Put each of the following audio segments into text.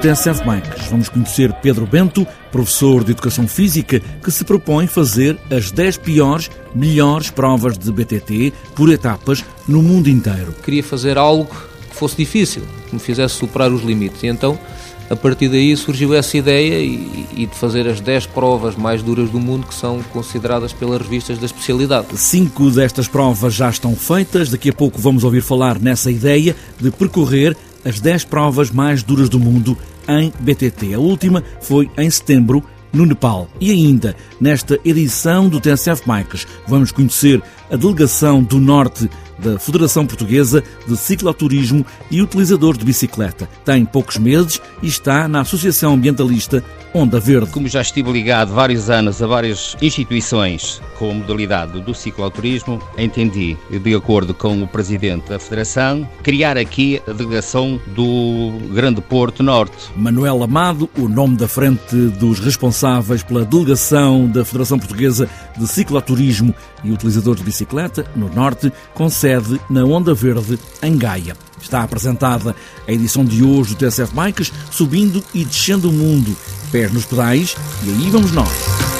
TSF Bikes. Vamos conhecer Pedro Bento, professor de Educação Física, que se propõe fazer as 10 piores, melhores provas de BTT por etapas no mundo inteiro. Queria fazer algo que fosse difícil, que me fizesse superar os limites. E então, a partir daí, surgiu essa ideia e de fazer as 10 provas mais duras do mundo que são consideradas pelas revistas da especialidade. 5 destas provas já estão feitas. Daqui a pouco vamos ouvir falar nessa ideia de percorrer as 10 provas mais duras do mundo em BTT. A última foi em setembro, no Nepal. E ainda, nesta edição do TSF Bikes, vamos conhecer a delegação do Norte da Federação Portuguesa de Cicloturismo e utilizador de bicicleta. Tem poucos meses e está na Associação Ambientalista Onda Verde. Como já estive ligado vários anos a várias instituições com a modalidade do cicloturismo, entendi, de acordo com o Presidente da Federação, criar aqui a delegação do Grande Porto Norte. Manuel Amado, o nome da frente dos responsáveis pela delegação da Federação Portuguesa de Cicloturismo e utilizador de bicicleta, no Norte, com sede na Onda Verde, em Gaia. Está apresentada a edição de hoje do TSF Bikes, subindo e descendo o mundo, pés nos pedais, e aí vamos nós.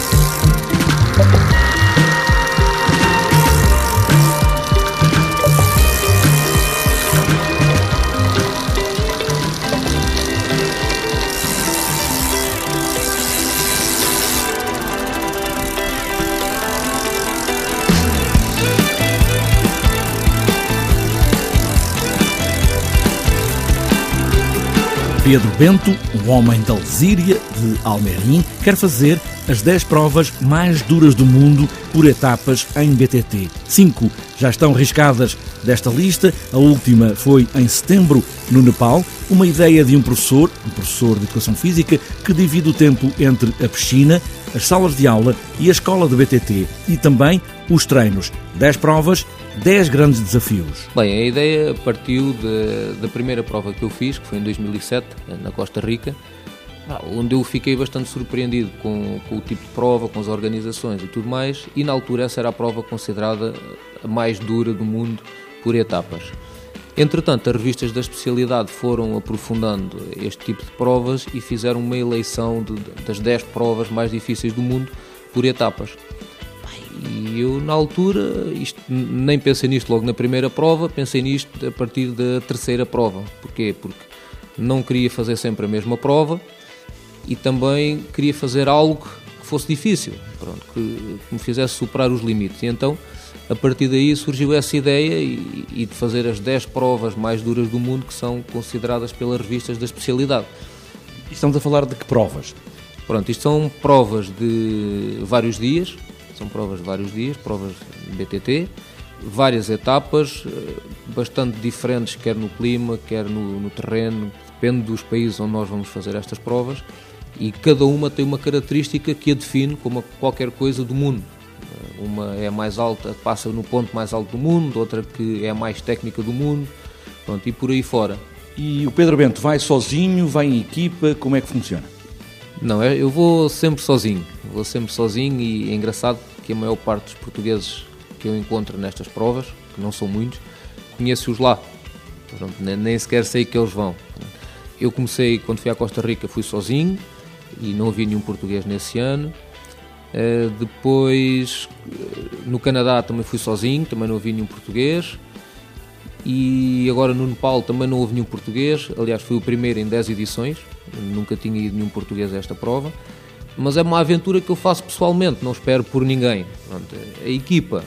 Pedro Bento, um homem da Lesíria, de Almerim, quer fazer as 10 provas mais duras do mundo por etapas em BTT. 5 já estão riscadas desta lista. A última foi em setembro, no Nepal. Uma ideia de um professor de Educação Física, que divide o tempo entre a piscina, as salas de aula e a escola de BTT. E também os treinos. 10 provas, 10 grandes desafios. Bem, a ideia partiu da primeira prova que eu fiz, que foi em 2007, na Costa Rica, onde eu fiquei bastante surpreendido com o tipo de prova, com as organizações e tudo mais, e na altura essa era a prova considerada a mais dura do mundo por etapas. Entretanto, as revistas da especialidade foram aprofundando este tipo de provas e fizeram uma eleição das 10 provas mais difíceis do mundo por etapas. E eu, na altura, nem pensei nisto logo na primeira prova, pensei nisto a partir da terceira prova. Porquê? Porque não queria fazer sempre a mesma prova e também queria fazer algo que fosse difícil, que me fizesse superar os limites. E então, a partir daí, surgiu essa ideia e de fazer as 10 provas mais duras do mundo que são consideradas pelas revistas da especialidade. E estamos a falar de que provas? Isto são provas de vários dias. Provas de BTT, várias etapas, bastante diferentes, quer no clima, quer no terreno, depende dos países onde nós vamos fazer estas provas, e cada uma tem uma característica que a define como qualquer coisa do mundo. Uma é mais alta, passa no ponto mais alto do mundo, outra que é a mais técnica do mundo, e por aí fora. E o Pedro Bento vai sozinho, vai em equipa, como é que funciona? Não, eu vou sempre sozinho e é engraçado que a maior parte dos portugueses que eu encontro nestas provas, que não são muitos, conheço-os lá. Nem sequer sei que eles vão. Eu comecei, quando fui à Costa Rica, fui sozinho e não havia nenhum português nesse ano. Depois, no Canadá também fui sozinho, também não havia nenhum português. E agora no Nepal também não houve nenhum português. Aliás, fui o primeiro em 10 edições, nunca tinha ido nenhum português a esta prova. Mas é uma aventura que eu faço pessoalmente, não espero por ninguém. A equipa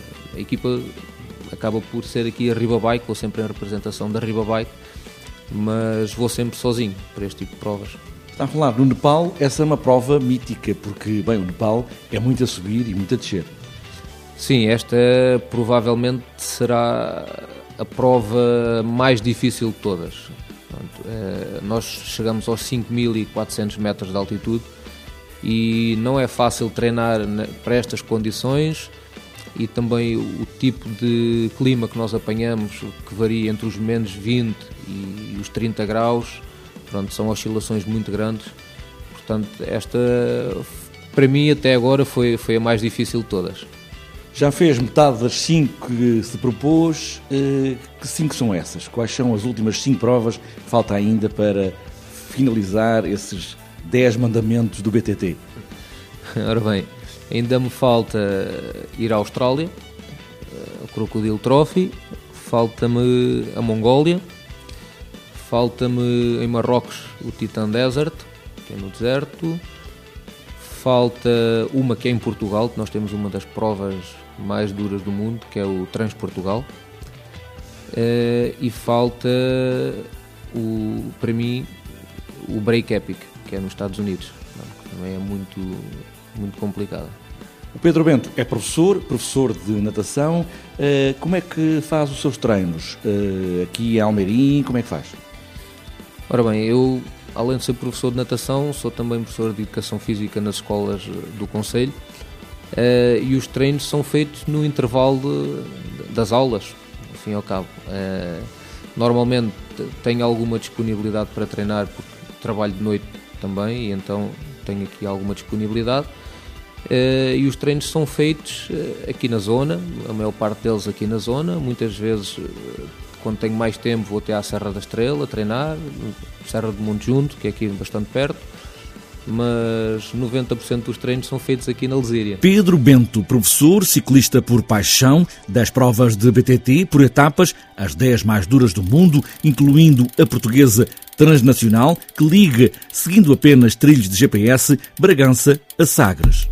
acaba por ser aqui a Ribabike, vou sempre em representação da Ribabike, mas vou sempre sozinho para este tipo de provas. Está a falar no Nepal, essa é uma prova mítica, porque, o Nepal é muito a subir e muito a descer. Sim, esta provavelmente será a prova mais difícil de todas. Nós chegamos aos 5.400 metros de altitude e não é fácil treinar para estas condições, e também o tipo de clima que nós apanhamos, que varia entre os menos 20 e os 30 graus, são oscilações muito grandes. Portanto, esta, para mim, até agora, foi a mais difícil de todas. Já fez metade das 5 que se propôs. Que 5 são essas? Quais são as últimas 5 provas que falta ainda para finalizar esses 10 mandamentos do BTT? Ora bem, ainda me falta ir à Austrália, o Crocodile Trophy, falta-me a Mongólia, falta-me em Marrocos o Titan Desert, que é no deserto, falta uma que é em Portugal, que nós temos uma das provas mais duras do mundo, que é o Transportugal, e falta, para mim, o Break Epic, que é nos Estados Unidos, que também é muito complicado. O Pedro Bento é professor de natação. Como é que faz os seus treinos? Aqui em Almeirim, como é que faz? Ora bem, eu, além de ser professor de natação, sou também professor de Educação Física nas escolas do Concelho, e os treinos são feitos no intervalo das aulas, ao fim e ao cabo. Normalmente tenho alguma disponibilidade para treinar, porque trabalho de noite também, e então tenho aqui alguma disponibilidade. E os treinos são feitos aqui na zona, a maior parte deles aqui na zona. Muitas vezes, quando tenho mais tempo, vou até à Serra da Estrela treinar, Serra de Monte Junto, que é aqui bastante perto, mas 90% dos treinos são feitos aqui na Lesíria. Pedro Bento, professor, ciclista por paixão, 10 provas de BTT por etapas, as 10 mais duras do mundo, incluindo a portuguesa transnacional, que liga, seguindo apenas trilhos de GPS, Bragança a Sagres.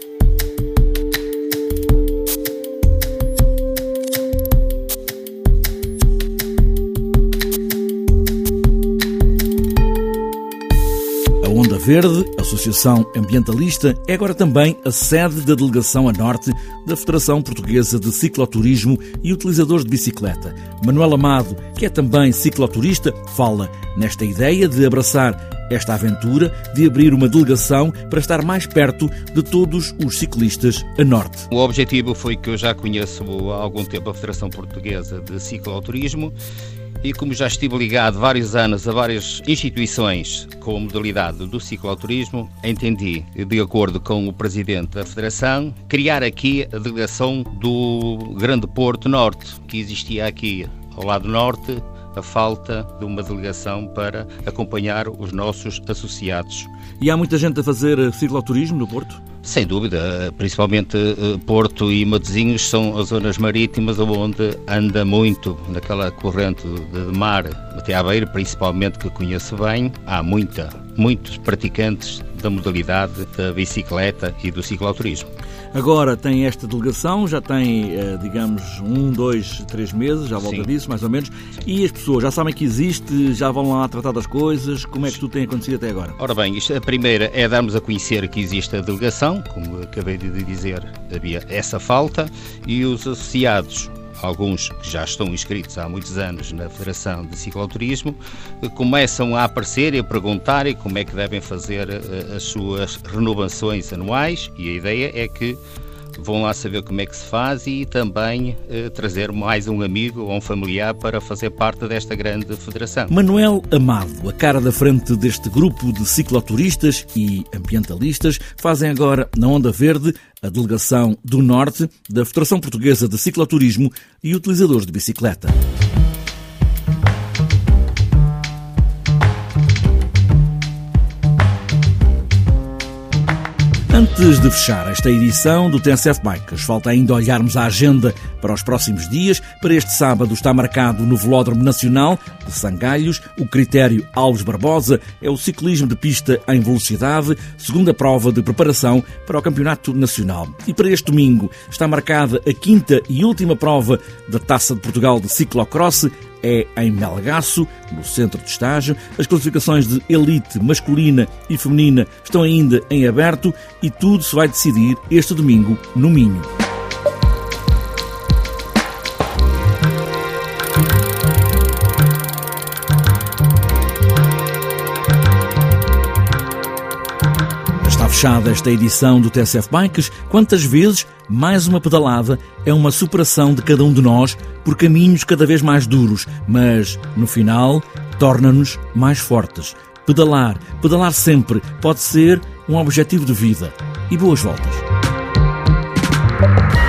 A Onda Verde, associação ambientalista, é agora também a sede da delegação a norte da Federação Portuguesa de Cicloturismo e Utilizadores de Bicicleta. Manuel Amado, que é também cicloturista, fala nesta ideia de abraçar esta aventura, de abrir uma delegação para estar mais perto de todos os ciclistas a norte. O objetivo foi que eu já conheço há algum tempo a Federação Portuguesa de Cicloturismo, e como já estive ligado vários anos a várias instituições com a modalidade do cicloturismo, entendi, de acordo com o presidente da Federação, criar aqui a delegação do Grande Porto Norte, que existia aqui ao lado norte, a falta de uma delegação para acompanhar os nossos associados. E há muita gente a fazer cicloturismo no Porto? Sem dúvida, principalmente Porto e Matosinhos são as zonas marítimas onde anda muito naquela corrente de mar até à beira, principalmente, que conheço bem. Há muitos praticantes da modalidade da bicicleta e do cicloturismo. Agora tem esta delegação, já tem, digamos, 1, 2, 3 meses, já volta disso, mais ou menos, e as pessoas já sabem que existe, já vão lá tratar das coisas. Como é que tudo tem acontecido até agora? Ora bem, a primeira é darmos a conhecer que existe a delegação, como acabei de dizer, havia essa falta, e os associados, alguns que já estão inscritos há muitos anos na Federação de Cicloturismo, começam a aparecer e a perguntar como é que devem fazer as suas renovações anuais, e a ideia é que vão lá saber como é que se faz e também trazer mais um amigo ou um familiar para fazer parte desta grande federação. Manuel Amado, a cara da frente deste grupo de cicloturistas e ambientalistas, fazem agora na Onda Verde a delegação do Norte da Federação Portuguesa de Cicloturismo e Utilizadores de Bicicleta. Antes de fechar esta edição do TSF Bikes, falta ainda olharmos a agenda para os próximos dias. Para este sábado está marcado no Velódromo Nacional de Sangalhos o critério Alves Barbosa, é o ciclismo de pista em velocidade, segunda prova de preparação para o Campeonato Nacional. E para este domingo está marcada a quinta e última prova da Taça de Portugal de Ciclocross, é em Melgaço, no centro de estágio. As classificações de elite masculina e feminina estão ainda em aberto e tudo se vai decidir este domingo no Minho. Está fechada esta edição do TSF Bikes. Quantas vezes mais uma pedalada é uma superação de cada um de nós por caminhos cada vez mais duros, mas no final torna-nos mais fortes. Pedalar sempre pode ser um objetivo de vida. E boas voltas.